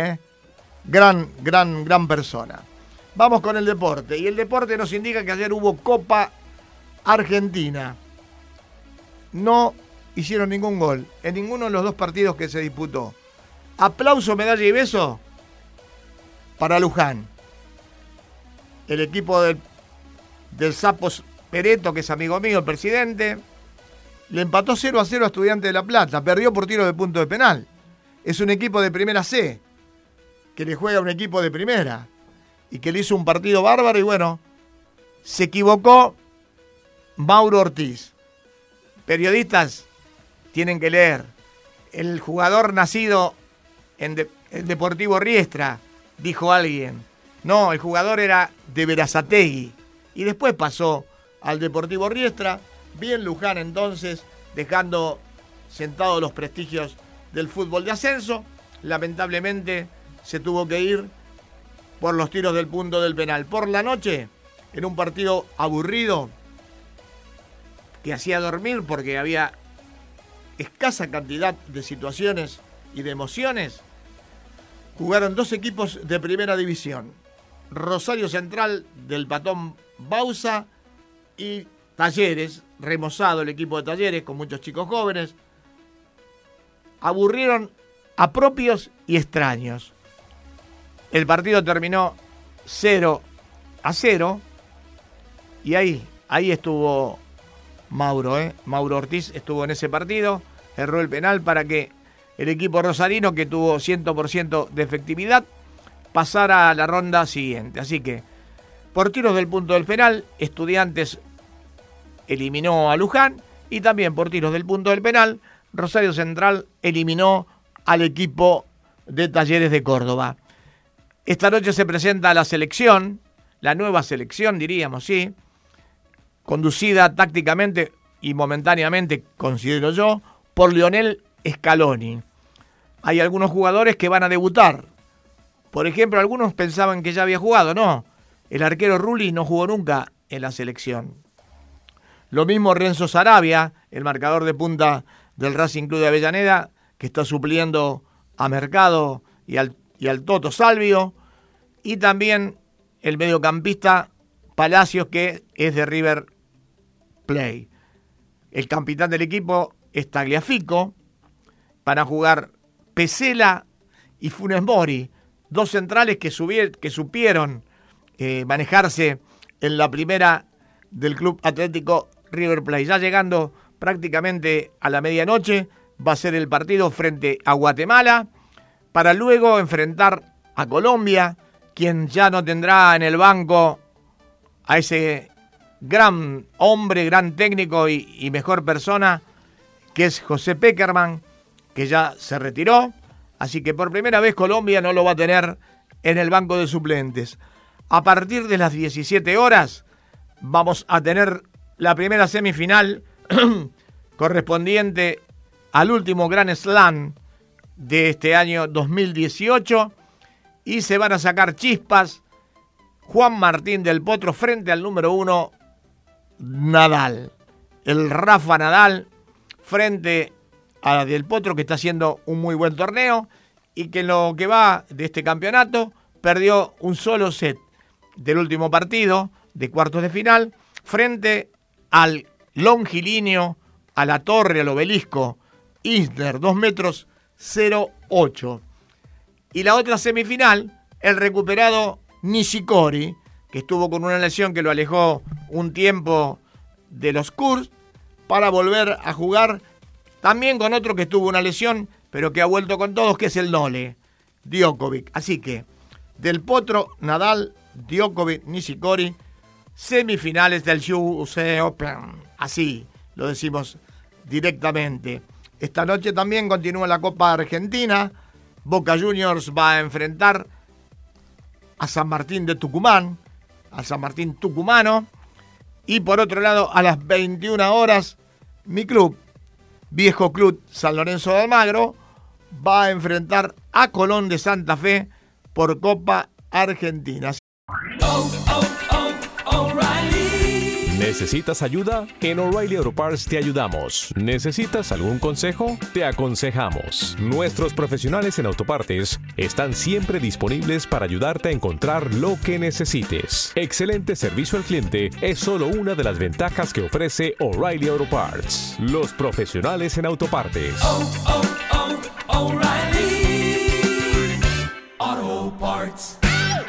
gran persona. Vamos con el deporte. Y el deporte nos indica que ayer hubo Copa Argentina. No hicieron ningún gol en ninguno de los dos partidos que se disputó. Aplauso, medalla y beso para Luján. El equipo del Sapo Pereto, que es amigo mío, el presidente, le empató 0-0 a Estudiantes de La Plata. Perdió por tiro de punto de penal. Es un equipo de primera C, que le juega a un equipo de primera, y que le hizo un partido bárbaro. Y bueno, se equivocó Mauro Ortiz. Periodistas tienen que leer. El jugador nacido en Deportivo Riestra, dijo alguien. No, el jugador era de Berazategui. Y después pasó al Deportivo Riestra. Bien Luján entonces, dejando sentados los prestigios del fútbol de ascenso. Lamentablemente se tuvo que ir por los tiros del punto del penal. Por la noche, en un partido aburrido, que hacía dormir porque había escasa cantidad de situaciones y de emociones, jugaron dos equipos de primera división. Rosario Central del Patón Bausa y Talleres, remozado el equipo de Talleres con muchos chicos jóvenes. Aburrieron a propios y extraños. El partido terminó 0-0 y ahí estuvo Mauro, Mauro Ortiz estuvo en ese partido, erró el penal para que el equipo rosarino, que tuvo 100% de efectividad, pasara a la ronda siguiente. Así que, por tiros del punto del penal, Estudiantes eliminó a Luján, y también por tiros del punto del penal, Rosario Central eliminó al equipo de Talleres de Córdoba. Esta noche se presenta la selección, la nueva selección, diríamos, sí, conducida tácticamente y momentáneamente, considero yo, por Lionel Scaloni. Hay algunos jugadores que van a debutar. Por ejemplo, algunos pensaban que ya había jugado. No, el arquero Rulli no jugó nunca en la selección. Lo mismo Renzo Sarabia, el marcador de punta del Racing Club de Avellaneda, que está supliendo a Mercado y al Toto Salvio. Y también el mediocampista Palacios, que es de River Plate. El capitán del equipo es Tagliafico. Van a jugar Pesela y Funes Mori. dos centrales que supieron manejarse en la primera del Club Atlético River Plate. Ya llegando prácticamente a la medianoche, va a ser el partido frente a Guatemala, para luego enfrentar a Colombia, quien ya no tendrá en el banco a ese gran hombre, gran técnico y mejor persona, que es José Peckerman, que ya se retiró. Así que por primera vez Colombia no lo va a tener en el banco de suplentes. A partir de las 17 horas vamos a tener la primera semifinal correspondiente al último Grand Slam de este año 2018 y se van a sacar chispas Juan Martín del Potro frente al número 1 Nadal. El Rafa Nadal frente a Del Potro, que está haciendo un muy buen torneo y que en lo que va de este campeonato perdió un solo set del último partido de cuartos de final frente al longilíneo, a la torre, al obelisco Isner, 2 metros 0,8. Y la otra semifinal, el recuperado Nishikori, que estuvo con una lesión que lo alejó un tiempo de los Kurs, para volver a jugar también con otro que tuvo una lesión, pero que ha vuelto con todos, que es el Nole, Djokovic. Así que, Del Potro, Nadal, Djokovic, Nishikori, semifinales del US Open. Así lo decimos directamente. Esta noche también continúa la Copa Argentina. Boca Juniors va a enfrentar a San Martín de Tucumán, a San Martín tucumano. Y por otro lado, a las 21 horas, mi club, Viejo Club San Lorenzo de Almagro, va a enfrentar a Colón de Santa Fe por Copa Argentina. ¿Necesitas ayuda? En O'Reilly Auto Parts te ayudamos. ¿Necesitas algún consejo? Te aconsejamos. Nuestros profesionales en autopartes están siempre disponibles para ayudarte a encontrar lo que necesites. Excelente servicio al cliente es solo una de las ventajas que ofrece O'Reilly Auto Parts. Los profesionales en autopartes. O'Reilly Auto Parts.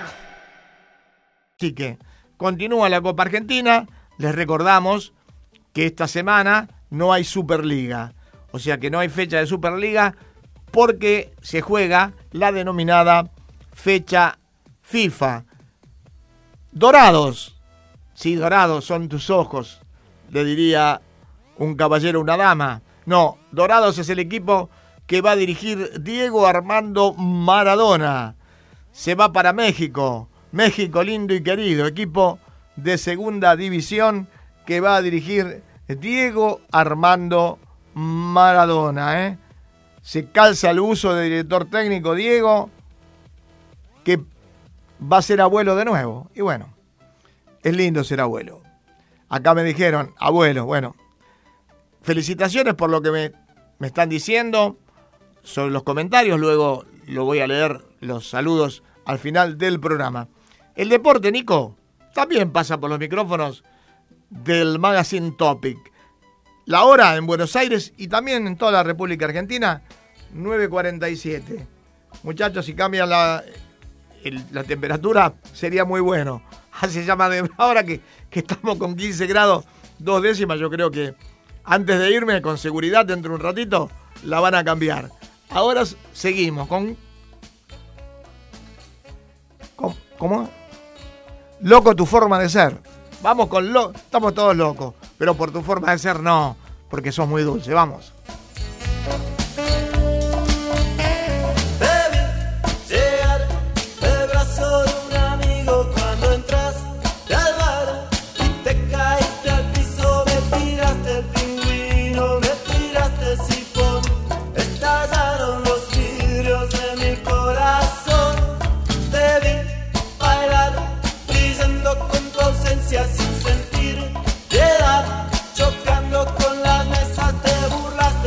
Así que continúa la Copa Argentina. Les recordamos que esta semana no hay Superliga, o sea que no hay fecha de Superliga porque se juega la denominada fecha FIFA. Dorados, sí, dorados son tus ojos, le diría un caballero a una dama. No, Dorados es el equipo que va a dirigir Diego Armando Maradona. Se va para México, México lindo y querido, equipo de segunda división que va a dirigir Diego Armando Maradona. Se calza el uso de director técnico Diego, que va a ser abuelo de nuevo. Y bueno, es lindo ser abuelo. Acá me dijeron, abuelo, bueno, felicitaciones por lo que me están diciendo sobre los comentarios. Luego lo voy a leer los saludos al final del programa. El deporte, Nico, también pasa por los micrófonos del Magazine Topic. La hora en Buenos Aires y también en toda la República Argentina, 9:47. Muchachos, si cambian la temperatura, sería muy bueno. Hace ya más de una hora que estamos con 15 grados, 2 décimas. Yo creo que antes de irme, con seguridad, dentro de un ratito, la van a cambiar. Ahora seguimos con... ¿Cómo? Loco tu forma de ser. Vamos con estamos todos locos, pero por tu forma de ser no, porque sos muy dulce. Vamos. Sin sentir piedad, chocando con las mesas, te burlas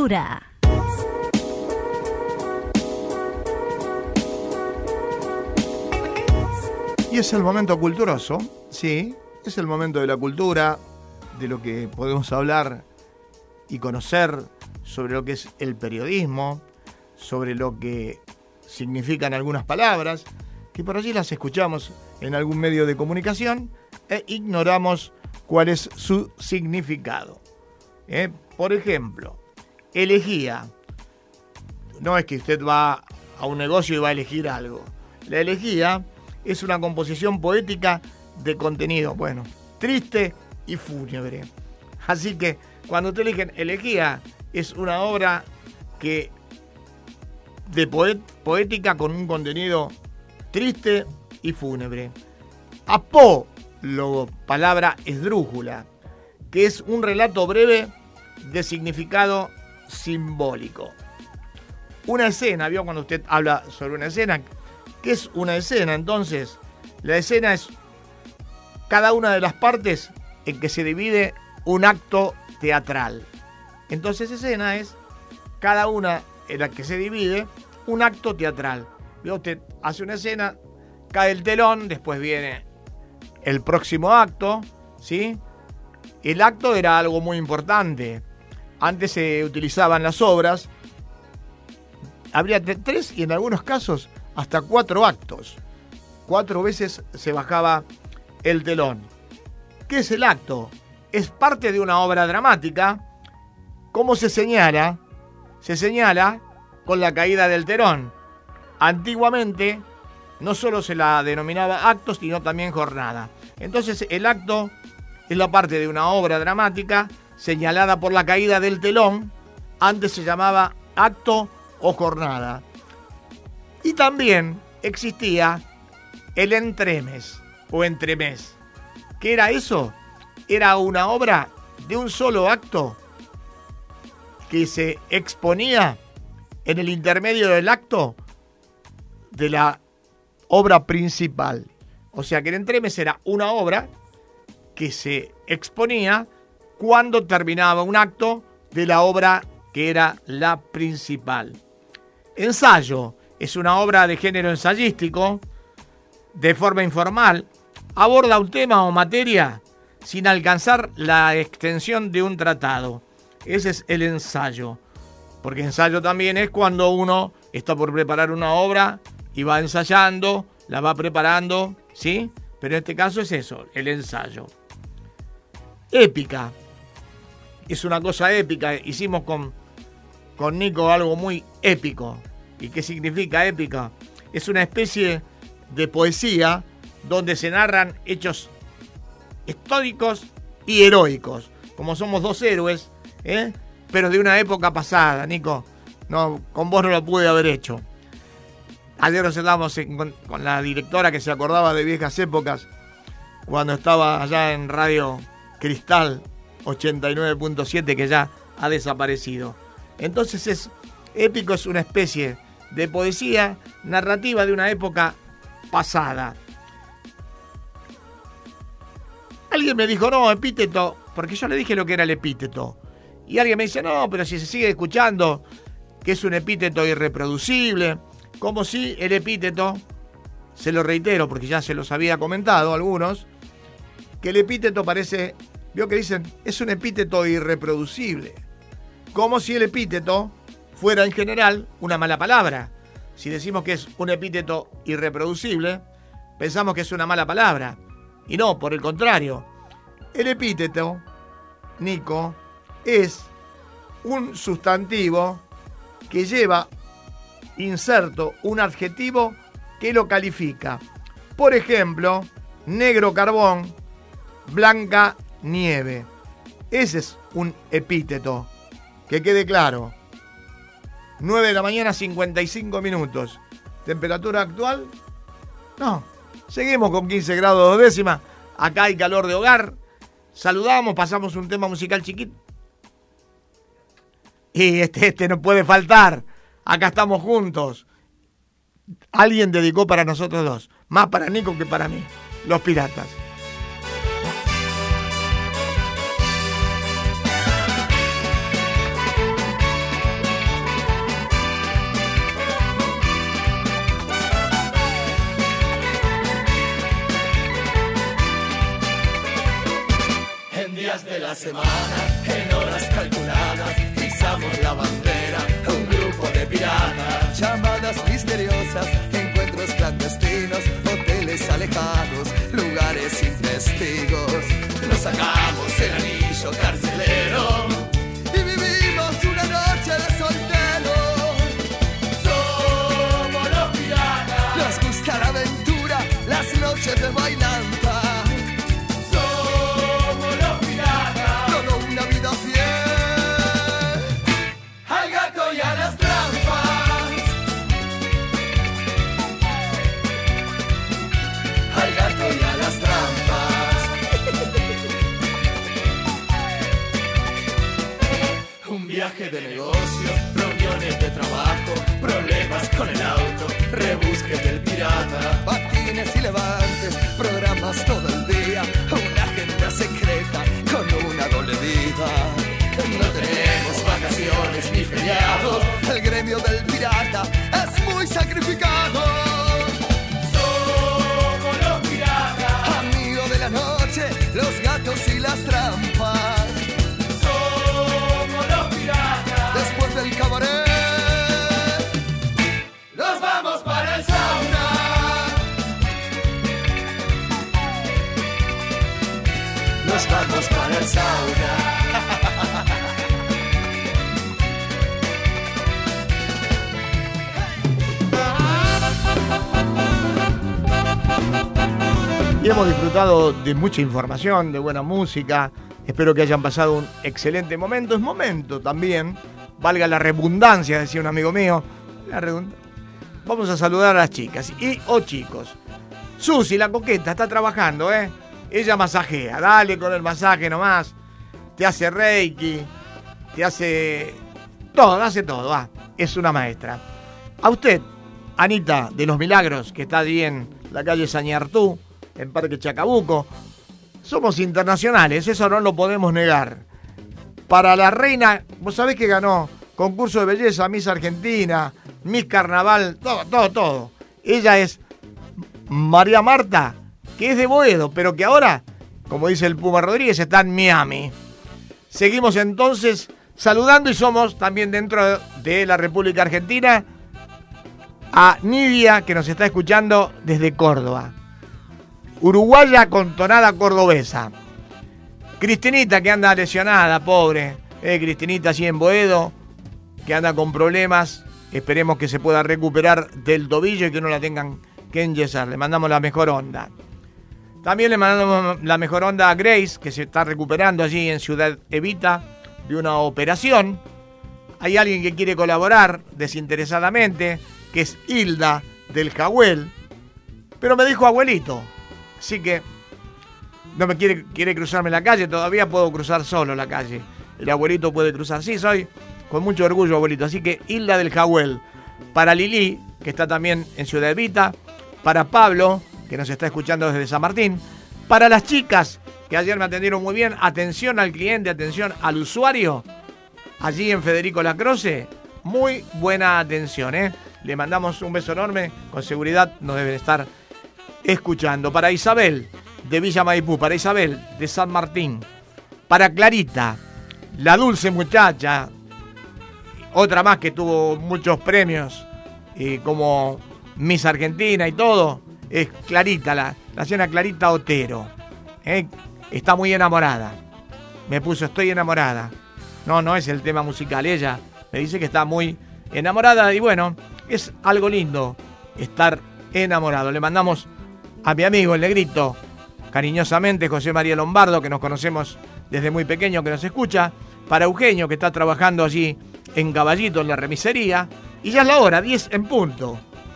cultura. Y es el momento culturoso, sí, es el momento de la cultura, de lo que podemos hablar y conocer sobre lo que es el periodismo, sobre lo que significan algunas palabras, que por allí las escuchamos en algún medio de comunicación e ignoramos cuál es su significado. Por ejemplo, elegía. No es que usted va a un negocio y va a elegir algo. La elegía es una composición poética de contenido, bueno, triste y fúnebre. Así que cuando usted elige elegía, es una obra que de poética con un contenido triste y fúnebre. Apólogo, palabra esdrújula, que es un relato breve de significado simbólico. Una escena, ¿vio? Cuando usted habla sobre una escena, ¿qué es una escena? Entonces, la escena es cada una de las partes en que se divide un acto teatral. Entonces, escena es cada una en la que se divide un acto teatral. ¿Vio? Usted hace una escena, cae el telón, después viene el próximo acto, ¿sí? El acto era algo muy importante. Antes se utilizaban las obras. Habría 3 y en algunos casos hasta 4 actos. 4 veces se bajaba el telón. ¿Qué es el acto? Es parte de una obra dramática. ¿Cómo se señala? Se señala con la caída del telón. Antiguamente no solo se la denominaba acto, sino también jornada. Entonces el acto es la parte de una obra dramática señalada por la caída del telón. Antes se llamaba acto o jornada. Y también existía el entremés o entremés. ¿Qué era eso? Era una obra de un solo acto que se exponía en el intermedio del acto de la obra principal. O sea que el entremés era una obra que se exponía cuando terminaba un acto de la obra que era la principal. Ensayo es una obra de género ensayístico, de forma informal, aborda un tema o materia sin alcanzar la extensión de un tratado. Ese es el ensayo, porque ensayo también es cuando uno está por preparar una obra y va ensayando, la va preparando, ¿sí? Pero en este caso es eso, el ensayo. Épica, es una cosa épica, hicimos con Nico algo muy épico. ¿Y qué significa épica? Es una especie de poesía donde se narran hechos históricos y heroicos, como somos 2 héroes, pero de una época pasada, Nico. No, con vos no lo pude haber hecho. Ayer nos sentamos con la directora que se acordaba de viejas épocas, cuando estaba allá en Radio Cristal 89.7, que ya ha desaparecido. Entonces épico es una especie de poesía narrativa de una época pasada. Alguien me dijo, no, epíteto, porque yo le dije lo que era el epíteto. Y alguien me dice, no, pero si se sigue escuchando que es un epíteto irreproducible, como si el epíteto, se lo reitero porque ya se los había comentado algunos, que el epíteto parece, vio que dicen, es un epíteto irreproducible. Como si el epíteto fuera en general una mala palabra. Si decimos que es un epíteto irreproducible, pensamos que es una mala palabra. Y no, por el contrario. El epíteto, Nico, es un sustantivo que lleva inserto un adjetivo que lo califica. Por ejemplo, negro carbón, blanca nieve. Ese es un epíteto. Que quede claro. 9 de la mañana, 55 minutos. ¿Temperatura actual? No. Seguimos con 15 grados 2 décimas. Acá hay calor de hogar. Saludamos, pasamos un tema musical chiquito. Y este no puede faltar. Acá estamos juntos. Alguien dedicó para nosotros dos. Más para Nico que para mí. Los Piratas. de la semana, en horas calculadas, izamos la bandera, un grupo de piratas. Llamadas misteriosas, encuentros clandestinos, hoteles alejados, lugares sin testigos. Nos sacamos el anillo carcelero y vivimos una noche de solteros. Somos los piratas. Nos gusta la aventura, las noches de bailanta. Somos los piratas. Todo una vida fiel al gato y a las trampas. Al gato y a las trampas. Un viaje de negocios, reuniones de trabajo, problemas con el auto, rebusques del pirata, patines y levantes, programas todo el día, una agenda secreta con una doble vida. No tenemos vacaciones ni feriados, el gremio del pirata es muy sacrificado. Somos los piratas, amigos de la noche, los gatos y las trampas. Después del cabaret, nos vamos para el sauna. Nos vamos para el sauna. Y hemos disfrutado de mucha información, de buena música. Espero que hayan pasado un excelente momento. Es momento también, valga la redundancia, decía un amigo mío. Vamos a saludar a las chicas y chicos. Susi, la coqueta, está trabajando, ¿eh? Ella masajea, dale con el masaje nomás. Te hace reiki, te hace todo, hace todo, va. Es una maestra. A usted, Anita de los Milagros, que está allí en la calle Sañartú, en Parque Chacabuco. Somos internacionales, eso no lo podemos negar. Para la reina, vos sabés que ganó concurso de belleza, Miss Argentina, Miss Carnaval, todo. Ella es María Marta, que es de Boedo, pero que ahora, como dice el Puma Rodríguez, está en Miami. Seguimos entonces saludando y somos también dentro de la República Argentina a Nidia, que nos está escuchando desde Córdoba. Uruguaya con tonada cordobesa. Cristinita, que anda lesionada, pobre. Cristinita allí en Boedo, que anda con problemas. Esperemos que se pueda recuperar del tobillo y que no la tengan que enyesar. Le mandamos la mejor onda. También le mandamos la mejor onda a Grace, que se está recuperando allí en Ciudad Evita de una operación. Hay alguien que quiere colaborar desinteresadamente, que es Hilda del Jagüel. Pero me dijo abuelito. Así que no me quiere cruzarme la calle, todavía puedo cruzar solo la calle. El abuelito puede cruzar. Sí, soy con mucho orgullo abuelito. Así que Hilda del Jagüel. Para Lili, que está también en Ciudad Evita. Para Pablo, que nos está escuchando desde San Martín. Para las chicas, que ayer me atendieron muy bien. Atención al cliente, atención al usuario. Allí en Federico Lacroce, muy buena atención, ¿eh? Le mandamos un beso enorme. Con seguridad nos deben estar escuchando. Para Isabel de Villa Maipú, para Isabel de San Martín, para Clarita, la dulce muchacha, otra más que tuvo muchos premios como Miss Argentina y todo, es Clarita, la señora Clarita Otero, está muy enamorada, me puso estoy enamorada, no es el tema musical, ella me dice que está muy enamorada y bueno, es algo lindo estar enamorado. Le mandamos a mi amigo el Negrito, cariñosamente José María Lombardo, que nos conocemos desde muy pequeño, que nos escucha. Para Eugenio, que está trabajando allí en Caballito, en la remisería. Y ya es la hora, 10 en punto.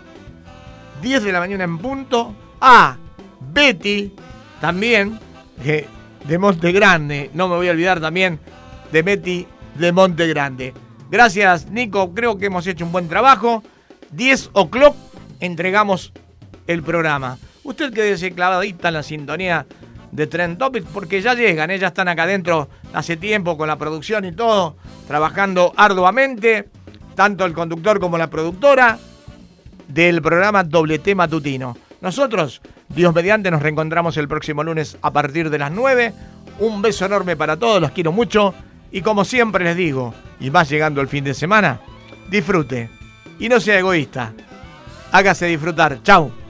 10 de la mañana en punto. A Betty, también, de Monte Grande. No me voy a olvidar también de Betty de Monte Grande. Gracias, Nico. Creo que hemos hecho un buen trabajo. 10 o'clock entregamos el programa. Usted quédese clavadita en la sintonía de Trend Topics porque ya llegan, ya están acá adentro hace tiempo con la producción y todo, trabajando arduamente, tanto el conductor como la productora del programa Doblete Matutino. Nosotros, Dios mediante, nos reencontramos el próximo lunes a partir de las 9, Un beso enorme para todos, los quiero mucho. Y como siempre les digo, y más llegando el fin de semana, disfrute y no sea egoísta. Hágase disfrutar. Chau.